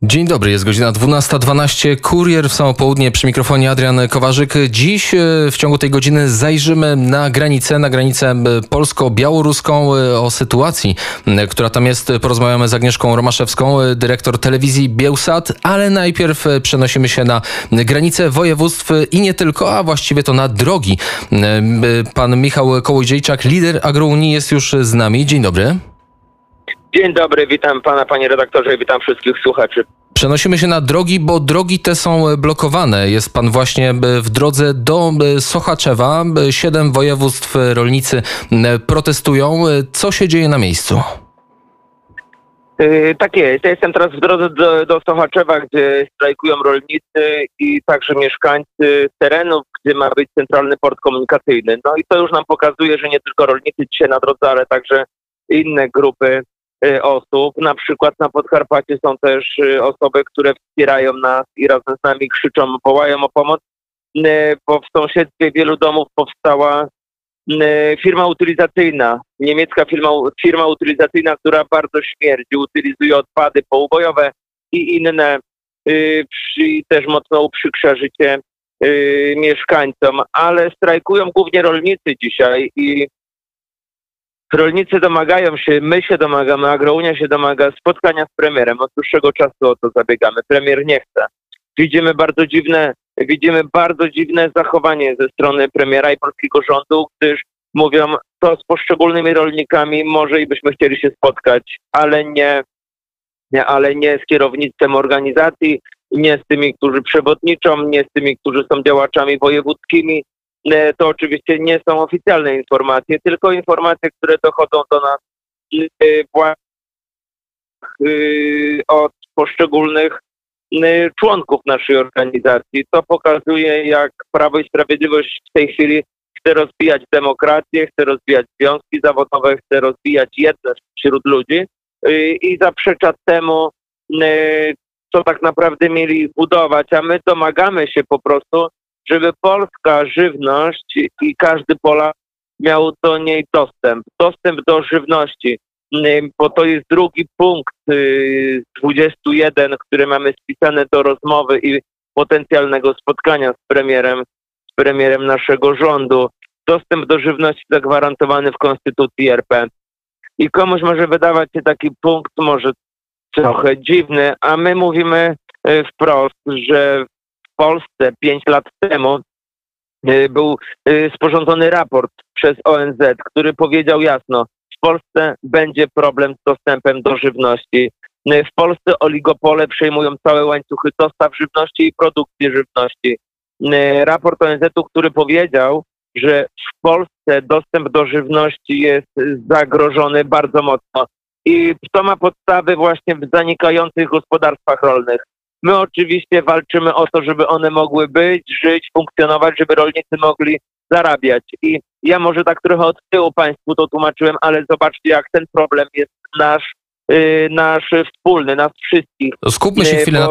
Dzień dobry, jest godzina 12:12. Kurier w samo południe, przy mikrofonie Adrian Kowarzyk. Dziś w ciągu tej godziny zajrzymy na granicę polsko-białoruską, o sytuacji, która tam jest. Porozmawiamy z Agnieszką Romaszewską, dyrektor telewizji Biełsat, ale najpierw przenosimy się na granice województw i nie tylko, a właściwie to na drogi. Pan Michał Kołodziejczak, lider Agrounii, jest już z nami. Dzień dobry. Dzień dobry, witam pana, panie redaktorze, i witam wszystkich słuchaczy. Przenosimy się na drogi, bo drogi te są blokowane. Jest pan właśnie w drodze do Sochaczewa. 7 województw rolnicy protestują. Co się dzieje na miejscu? Tak jest. Ja jestem teraz w drodze do Sochaczewa, gdzie strajkują rolnicy i także mieszkańcy terenów, gdzie ma być centralny port komunikacyjny. No i to już nam pokazuje, że nie tylko rolnicy dzisiaj na drodze, ale także inne grupy osób. Na przykład na Podkarpaciu są też osoby, które wspierają nas i razem z nami krzyczą, wołają o pomoc, bo w sąsiedztwie wielu domów powstała firma utylizacyjna, niemiecka firma utylizacyjna, która bardzo śmierdzi, utylizuje odpady poubojowe i inne, też mocno uprzykrza życie mieszkańcom, ale strajkują głównie rolnicy dzisiaj i rolnicy domagają się, my się domagamy, Agrounia się domaga spotkania z premierem. Od dłuższego czasu o to zabiegamy. Premier nie chce. Widzimy bardzo dziwne zachowanie ze strony premiera i polskiego rządu, gdyż mówią, to z poszczególnymi rolnikami może i byśmy chcieli się spotkać, ale nie z kierownictwem organizacji, nie z tymi, którzy przewodniczą, nie z tymi, którzy są działaczami wojewódzkimi. To oczywiście nie są oficjalne informacje, tylko informacje, które dochodzą do nas od poszczególnych członków naszej organizacji. To pokazuje, jak Prawo i Sprawiedliwość w tej chwili chce rozbijać demokrację, chce rozbijać związki zawodowe, chce rozbijać jedność wśród ludzi i zaprzecza temu, co tak naprawdę mieli budować, a my domagamy się po prostu, żeby polska żywność i każdy Polak miał do niej dostęp do żywności, bo to jest drugi punkt z 21, który mamy spisane do rozmowy i potencjalnego spotkania z premierem naszego rządu. Dostęp do żywności zagwarantowany w Konstytucji RP. I komuś może wydawać się taki punkt może trochę dziwny, a my mówimy wprost, że w Polsce 5 lat temu był sporządzony raport przez ONZ, który powiedział jasno, w Polsce będzie problem z dostępem do żywności. W Polsce oligopole przejmują całe łańcuchy dostaw żywności i produkcji żywności. Raport ONZ-u, który powiedział, że w Polsce dostęp do żywności jest zagrożony bardzo mocno. I to ma podstawy właśnie w zanikających gospodarstwach rolnych. My oczywiście walczymy o to, żeby one mogły być, żyć, funkcjonować, żeby rolnicy mogli zarabiać. I ja może tak trochę od tyłu Państwu to tłumaczyłem, ale zobaczcie, jak ten problem jest nasz wspólny, nas wszystkich. Skupmy się chwilę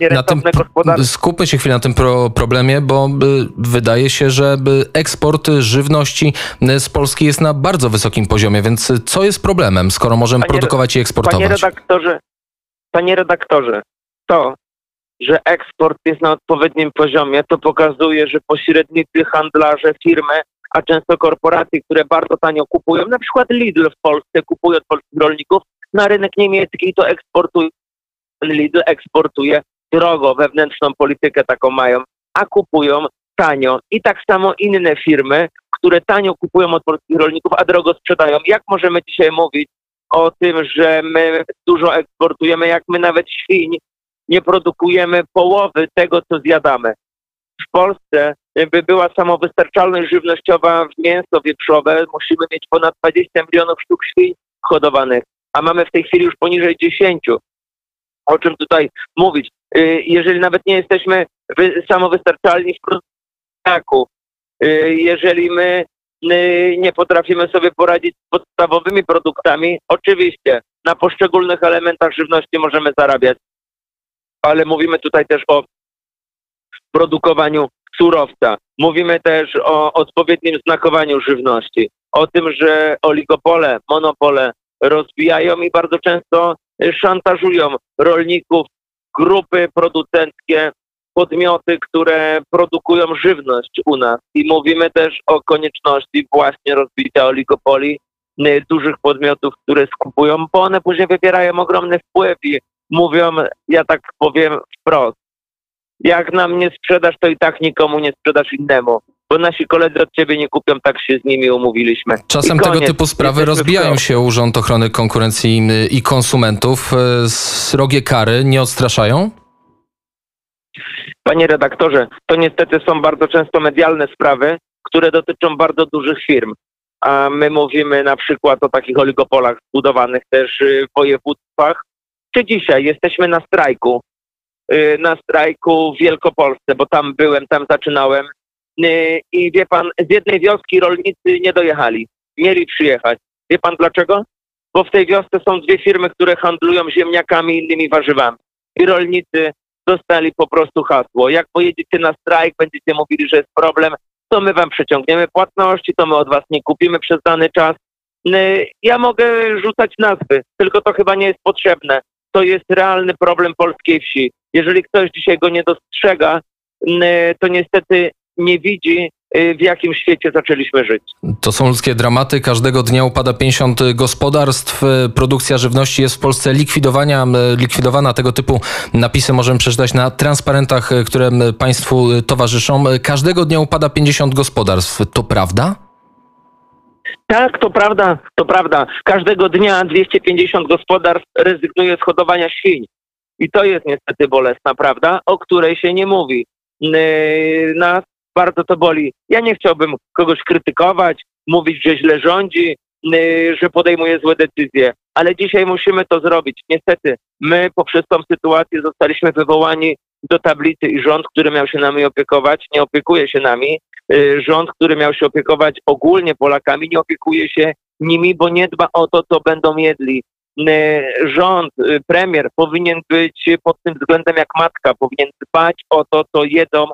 na tym problemie, bo wydaje się, że eksport żywności z Polski jest na bardzo wysokim poziomie, więc co jest problemem, skoro możemy produkować i eksportować? Panie redaktorze, to, że eksport jest na odpowiednim poziomie, to pokazuje, że pośrednicy, handlarze, firmy, a często korporacje, które bardzo tanio kupują, na przykład Lidl w Polsce kupuje od polskich rolników, na rynek niemiecki to eksportuje. Lidl eksportuje drogo, wewnętrzną politykę taką mają, a kupują tanio. I tak samo inne firmy, które tanio kupują od polskich rolników, a drogo sprzedają. Jak możemy dzisiaj mówić o tym, że my dużo eksportujemy, jak my nawet świń nie produkujemy połowy tego, co zjadamy? W Polsce, by była samowystarczalność żywnościowa w mięso wieprzowe, musimy mieć ponad 20 milionów sztuk świń hodowanych, a mamy w tej chwili już poniżej 10. O czym tutaj mówić? Jeżeli nawet nie jesteśmy samowystarczalni w produkcji, jeżeli my nie potrafimy sobie poradzić z podstawowymi produktami, oczywiście na poszczególnych elementach żywności możemy zarabiać, ale mówimy tutaj też o produkowaniu surowca. Mówimy też o odpowiednim znakowaniu żywności, o tym, że oligopole, monopole rozbijają i bardzo często szantażują rolników grupy producenckie, podmioty, które produkują żywność u nas. I mówimy też o konieczności właśnie rozbicia oligopoli dużych podmiotów, które skupują, bo one później wywierają ogromny wpływ i mówią, ja tak powiem wprost, jak nam nie sprzedasz, to i tak nikomu nie sprzedasz innemu, bo nasi koledzy od ciebie nie kupią, tak się z nimi umówiliśmy. Czasem tego typu sprawy rozbijają się Urząd Ochrony Konkurencji i Konsumentów. Srogie kary nie odstraszają? Panie redaktorze, to niestety są bardzo często medialne sprawy, które dotyczą bardzo dużych firm. A my mówimy na przykład o takich oligopolach zbudowanych też w województwach. Czy dzisiaj jesteśmy na strajku w Wielkopolsce, bo tam byłem, tam zaczynałem. I wie pan, z jednej wioski rolnicy nie dojechali. Mieli przyjechać. Wie pan dlaczego? Bo w tej wiosce są dwie firmy, które handlują ziemniakami i innymi warzywami. I rolnicy dostali po prostu hasło. Jak pojedziecie na strajk, będziecie mówili, że jest problem, to my wam przeciągniemy płatności, to my od was nie kupimy przez dany czas. Ja mogę rzucać nazwy, tylko to chyba nie jest potrzebne. To jest realny problem polskiej wsi. Jeżeli ktoś dzisiaj go nie dostrzega, to niestety nie widzi, w jakim świecie zaczęliśmy żyć. To są ludzkie dramaty. Każdego dnia upada 50 gospodarstw. Produkcja żywności jest w Polsce likwidowana. Tego typu napisy możemy przeczytać na transparentach, które państwu towarzyszą. Każdego dnia upada 50 gospodarstw. To prawda? Tak, to prawda. Każdego dnia 250 gospodarstw rezygnuje z hodowania świń. I to jest niestety bolesna prawda, o której się nie mówi. Nas bardzo to boli. Ja nie chciałbym kogoś krytykować, mówić, że źle rządzi, że podejmuje złe decyzje, ale dzisiaj musimy to zrobić. Niestety, my poprzez tą sytuację zostaliśmy wywołani do tablicy i rząd, który miał się nami opiekować, nie opiekuje się nami. Rząd, który miał się opiekować ogólnie Polakami, nie opiekuje się nimi, bo nie dba o to, co będą jedli. Rząd, premier powinien być pod tym względem jak matka, powinien dbać o to, co jedzą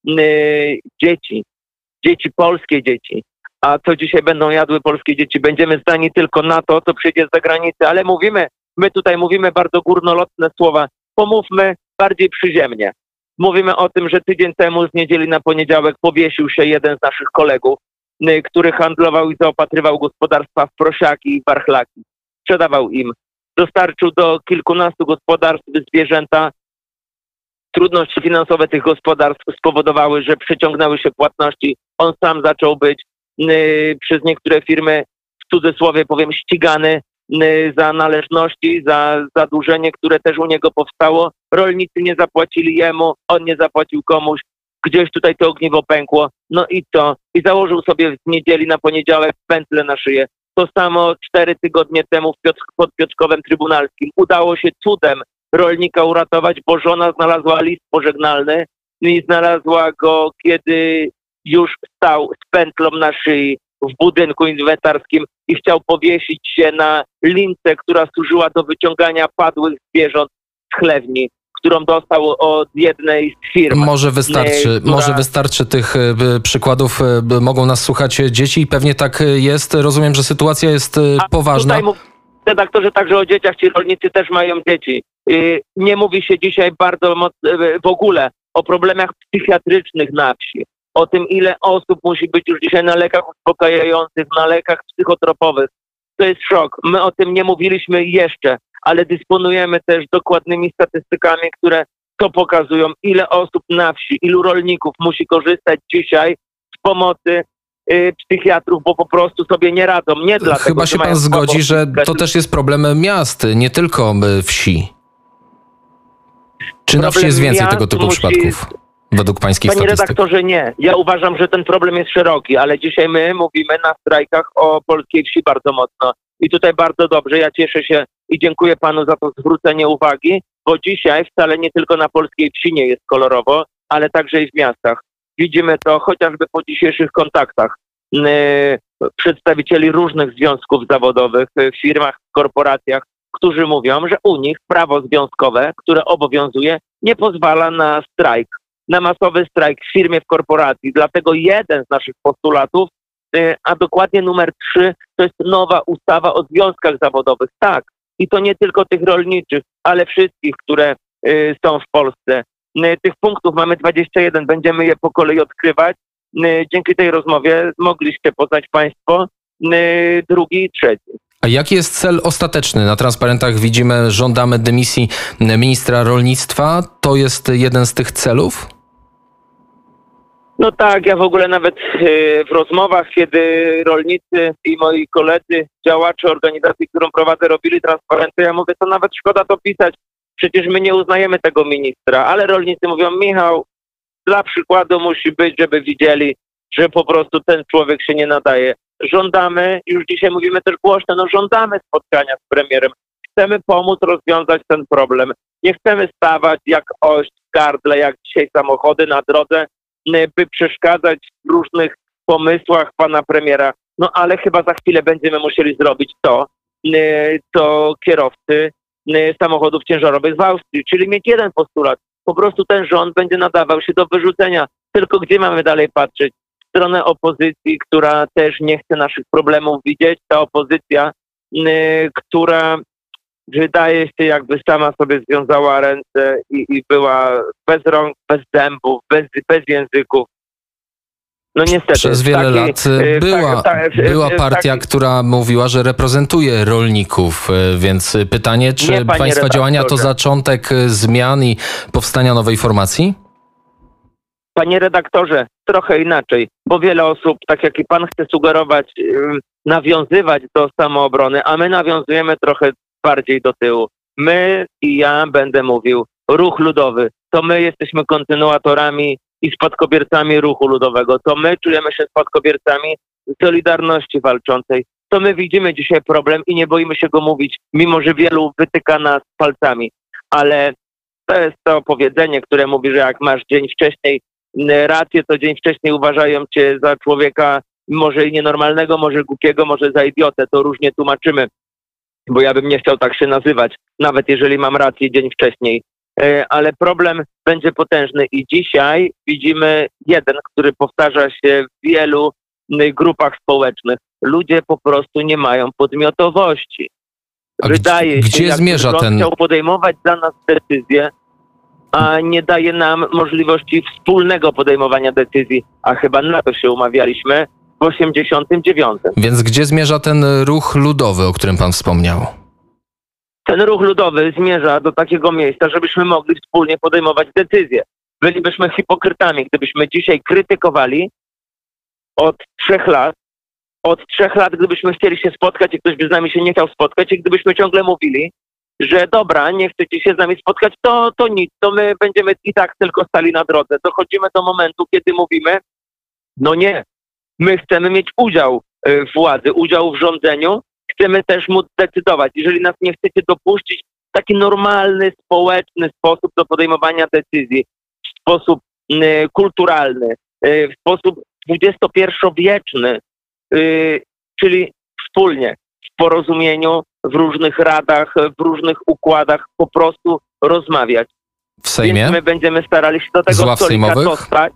dzieci, polskie dzieci. A co dzisiaj będą jadły polskie dzieci? Będziemy zdani tylko na to, co przyjdzie z zagranicy, ale my tutaj mówimy bardzo górnolotne słowa. Pomówmy bardziej przyziemnie. Mówimy o tym, że tydzień temu z niedzieli na poniedziałek powiesił się jeden z naszych kolegów, który handlował i zaopatrywał gospodarstwa w prosiaki i warchlaki. Sprzedawał im. Dostarczył do kilkunastu gospodarstw zwierzęta. Trudności finansowe tych gospodarstw spowodowały, że przeciągnęły się płatności. On sam zaczął być przez niektóre firmy, w cudzysłowie powiem, ścigany za należności, za zadłużenie, które też u niego powstało. Rolnicy nie zapłacili jemu, on nie zapłacił komuś. Gdzieś tutaj to ogniwo pękło. No i co? I założył sobie z niedzieli na poniedziałek pętlę na szyję. To samo 4 tygodnie temu pod Piotrkowem Trybunalskim. Udało się cudem rolnika uratować, bo żona znalazła list pożegnalny i znalazła go, kiedy już stał z pętlą na szyi w budynku inwentarskim i chciał powiesić się na lince, która służyła do wyciągania padłych zwierząt z chlewni, którą dostał od jednej z firm. Może wystarczy tych przykładów. Mogą nas słuchać dzieci i pewnie tak jest. Rozumiem, że sytuacja jest poważna. Tutaj redaktorze, także o dzieciach, ci rolnicy też mają dzieci. Nie mówi się dzisiaj bardzo w ogóle o problemach psychiatrycznych na wsi. O tym, ile osób musi być już dzisiaj na lekach uspokajających, na lekach psychotropowych. To jest szok. My o tym nie mówiliśmy jeszcze, ale dysponujemy też dokładnymi statystykami, które to pokazują, ile osób na wsi, ilu rolników musi korzystać dzisiaj z pomocy psychiatrów, bo po prostu sobie nie radzą. Nie dlatego, chyba się pan zgodzi, że to też jest problem miast, nie tylko wsi. Czy na wsi jest więcej tego typu przypadków? Według pańskich statystyk. Panie redaktorze, nie. Ja uważam, że ten problem jest szeroki, ale dzisiaj my mówimy na strajkach o polskiej wsi bardzo mocno. I tutaj bardzo dobrze, ja cieszę się i dziękuję panu za to zwrócenie uwagi, bo dzisiaj wcale nie tylko na polskiej wsi nie jest kolorowo, ale także i w miastach. Widzimy to chociażby po dzisiejszych kontaktach przedstawicieli różnych związków zawodowych w firmach, w korporacjach, którzy mówią, że u nich prawo związkowe, które obowiązuje, nie pozwala na strajk, na masowy strajk w firmie, w korporacji. Dlatego jeden z naszych postulatów, a dokładnie numer 3, to jest nowa ustawa o związkach zawodowych. Tak, i to nie tylko tych rolniczych, ale wszystkich, które są w Polsce. Tych punktów mamy 21, będziemy je po kolei odkrywać. Dzięki tej rozmowie mogliście poznać Państwo drugi i trzeci. A jaki jest cel ostateczny? Na transparentach widzimy, żądamy dymisji ministra rolnictwa. To jest jeden z tych celów? No tak, ja w ogóle nawet w rozmowach, kiedy rolnicy i moi koledzy, działacze organizacji, którą prowadzę, robili transparenty, ja mówię, to nawet szkoda to pisać, przecież my nie uznajemy tego ministra, ale rolnicy mówią, Michał, dla przykładu musi być, żeby widzieli, że po prostu ten człowiek się nie nadaje. Żądamy, już dzisiaj mówimy też głośno, no żądamy spotkania z premierem. Chcemy pomóc rozwiązać ten problem. Nie chcemy stawać jak oś w gardle, jak dzisiaj samochody na drodze, by przeszkadzać w różnych pomysłach pana premiera. No ale chyba za chwilę będziemy musieli zrobić to, co kierowcy samochodów ciężarowych w Austrii, czyli mieć jeden postulat. Po prostu ten rząd będzie nadawał się do wyrzucenia. Tylko gdzie mamy dalej patrzeć? W stronę opozycji, która też nie chce naszych problemów widzieć. Ta opozycja, która wydaje się, jakby sama sobie związała ręce i była bez rąk, bez zębów, bez języków. No niestety. Przez wiele lat była partia, która mówiła, że reprezentuje rolników, więc pytanie, czy państwa działania to zaczątek zmian i powstania nowej formacji? Panie redaktorze, trochę inaczej, bo wiele osób, tak jak i pan chce sugerować, nawiązywać do samoobrony, a my nawiązujemy trochę bardziej do tyłu. My i ja będę mówił, ruch ludowy, to my jesteśmy kontynuatorami i spadkobiercami ruchu ludowego. To my czujemy się spadkobiercami Solidarności Walczącej. To my widzimy dzisiaj problem i nie boimy się go mówić, mimo że wielu wytyka nas palcami. Ale to jest to powiedzenie, które mówi, że jak masz dzień wcześniej rację, to dzień wcześniej uważają cię za człowieka może i nienormalnego, może głupiego, może za idiotę. To różnie tłumaczymy, bo ja bym nie chciał tak się nazywać, nawet jeżeli mam rację dzień wcześniej. Ale problem będzie potężny i dzisiaj widzimy jeden, który powtarza się w wielu grupach społecznych. Ludzie po prostu nie mają podmiotowości. Wydaje się, gdzie zmierza ten... chciał podejmować za nas decyzje, a nie daje nam możliwości wspólnego podejmowania decyzji, a chyba na to się umawialiśmy w 89. Więc gdzie zmierza ten ruch ludowy, o którym pan wspomniał? Ten ruch ludowy zmierza do takiego miejsca, żebyśmy mogli wspólnie podejmować decyzje. Bylibyśmy hipokrytami, gdybyśmy dzisiaj krytykowali od 3 lat. Od 3 lat, gdybyśmy chcieli się spotkać i ktoś by z nami się nie chciał spotkać i gdybyśmy ciągle mówili, że dobra, nie chcecie się z nami spotkać, to nic, to my będziemy i tak tylko stali na drodze. Dochodzimy do momentu, kiedy mówimy, no nie, my chcemy mieć udział w władzy, udział w rządzeniu, chcemy też móc decydować. Jeżeli nas nie chcecie dopuścić w taki normalny, społeczny sposób do podejmowania decyzji, w sposób kulturalny, w sposób XXI-wieczny, czyli wspólnie, w porozumieniu, w różnych radach, w różnych układach, po prostu rozmawiać. W Sejmie? Więc my będziemy starali się do tego stolika dostać.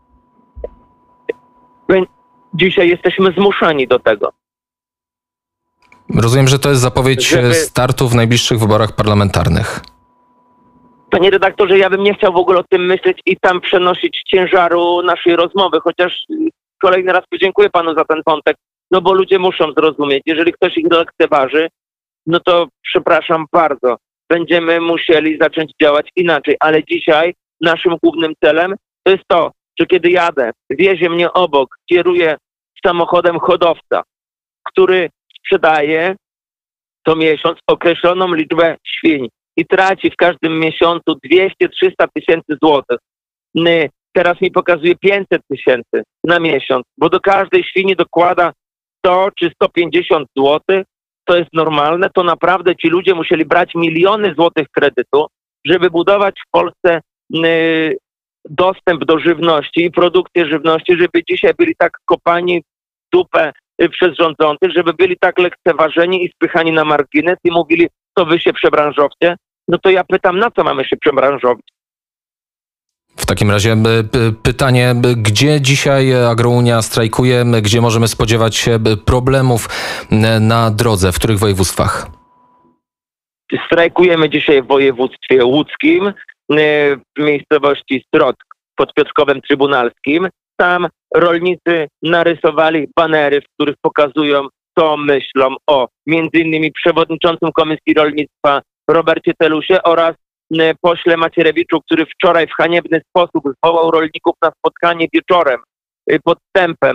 Dzisiaj jesteśmy zmuszeni do tego. Rozumiem, że to jest zapowiedź startu w najbliższych wyborach parlamentarnych. Panie redaktorze, ja bym nie chciał w ogóle o tym myśleć i tam przenosić ciężaru naszej rozmowy, chociaż kolejny raz podziękuję panu za ten wątek, no bo ludzie muszą zrozumieć, jeżeli ktoś ich lekceważy, no to przepraszam bardzo, będziemy musieli zacząć działać inaczej, ale dzisiaj naszym głównym celem to jest to, że kiedy jadę, wiezie mnie obok, kieruje samochodem hodowca, który sprzedaje co miesiąc określoną liczbę świń i traci w każdym miesiącu 200-300 tysięcy złotych. Teraz mi pokazuje 500 tysięcy na miesiąc, bo do każdej świni dokłada 100 czy 150 złotych. To jest normalne, to naprawdę ci ludzie musieli brać miliony złotych kredytu, żeby budować w Polsce dostęp do żywności i produkcję żywności, żeby dzisiaj byli tak kopani w dupę przez rządzących, żeby byli tak lekceważeni i spychani na margines i mówili, to wy się przebranżowcie. No to ja pytam, na co mamy się przebranżowić? W takim razie pytanie, gdzie dzisiaj Agrounia strajkuje, gdzie możemy spodziewać się problemów na drodze, w których województwach? Strajkujemy dzisiaj w województwie łódzkim, w miejscowości Strodk pod Piotrkowem Trybunalskim. Tam rolnicy narysowali banery, w których pokazują, co myślą o między innymi przewodniczącym Komisji Rolnictwa Robercie Telusie oraz pośle Macierewiczu, który wczoraj w haniebny sposób zwołał rolników na spotkanie wieczorem pod Stępem.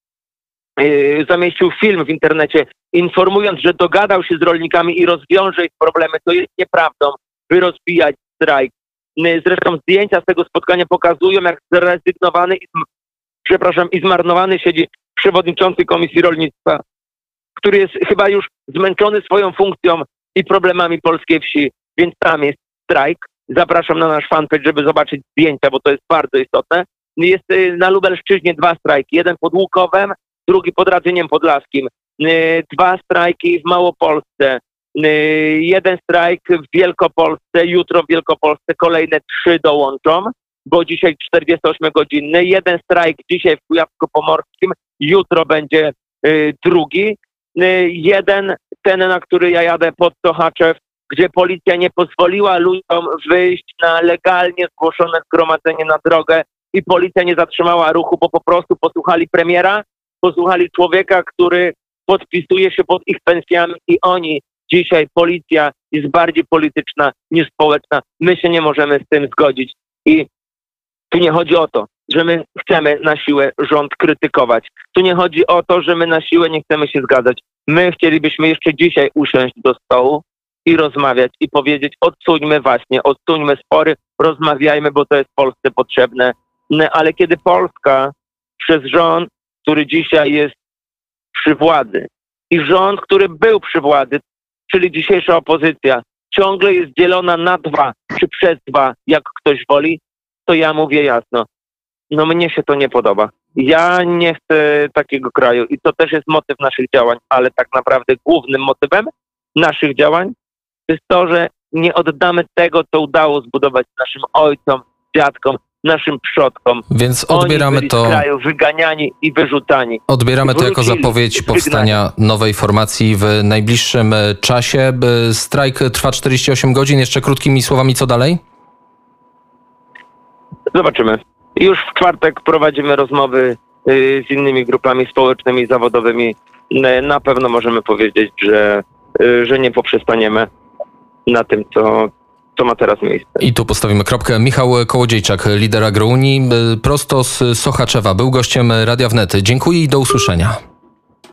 Zamieścił film w internecie, informując, że dogadał się z rolnikami i rozwiąże ich problemy. To jest nieprawdą, by rozbijać strajk. Zresztą zdjęcia z tego spotkania pokazują, jak zrezygnowany i zmarnowany siedzi przewodniczący Komisji Rolnictwa, który jest chyba już zmęczony swoją funkcją i problemami polskiej wsi, więc tam jest strajk. Zapraszam na nasz fanpage, żeby zobaczyć zdjęcia, bo to jest bardzo istotne. Jest na Lubelszczyźnie 2 strajki, jeden pod Łukowem, drugi pod Radzyniem Podlaskim. 2 strajki w Małopolsce, 1 strajk w Wielkopolsce, jutro w Wielkopolsce kolejne 3 dołączą, bo dzisiaj 48-godzinny. 1 strajk dzisiaj w Kujawsko-Pomorskim, jutro będzie drugi. 1, ten, na który ja jadę, pod Sochaczew, gdzie policja nie pozwoliła ludziom wyjść na legalnie zgłoszone zgromadzenie na drogę i policja nie zatrzymała ruchu, bo po prostu posłuchali premiera, posłuchali człowieka, który podpisuje się pod ich pensjami i oni dzisiaj, policja jest bardziej polityczna niż społeczna. My się nie możemy z tym zgodzić i tu nie chodzi o to, że my chcemy na siłę rząd krytykować. Tu nie chodzi o to, że my na siłę nie chcemy się zgadzać. My chcielibyśmy jeszcze dzisiaj usiąść do stołu i rozmawiać i powiedzieć, odsuńmy spory, rozmawiajmy, bo to jest Polsce potrzebne. Ale kiedy Polska przez rząd, który dzisiaj jest przy władzy i rząd, który był przy władzy, czyli dzisiejsza opozycja, ciągle jest dzielona na 2 czy przez 2, jak ktoś woli, to ja mówię jasno, no mnie się to nie podoba. Ja nie chcę takiego kraju i to też jest motyw naszych działań, ale tak naprawdę głównym motywem naszych działań jest to, że nie oddamy tego, co udało zbudować naszym ojcom, dziadkom, naszym przodkom. Więc odbieramy Oni byli to z kraju wyganiani i wyrzucani. Odbieramy to jako zapowiedź powstania nowej formacji w najbliższym czasie. Strajk trwa 48 godzin. Jeszcze krótkimi słowami, co dalej? Zobaczymy. Już w czwartek prowadzimy rozmowy z innymi grupami społecznymi i zawodowymi. Na pewno możemy powiedzieć, że nie poprzestaniemy na tym, co ma teraz miejsce. I tu postawimy kropkę. Michał Kołodziejczak, lider Agrounii, prosto z Sochaczewa, był gościem Radia Wnet. Dziękuję i do usłyszenia.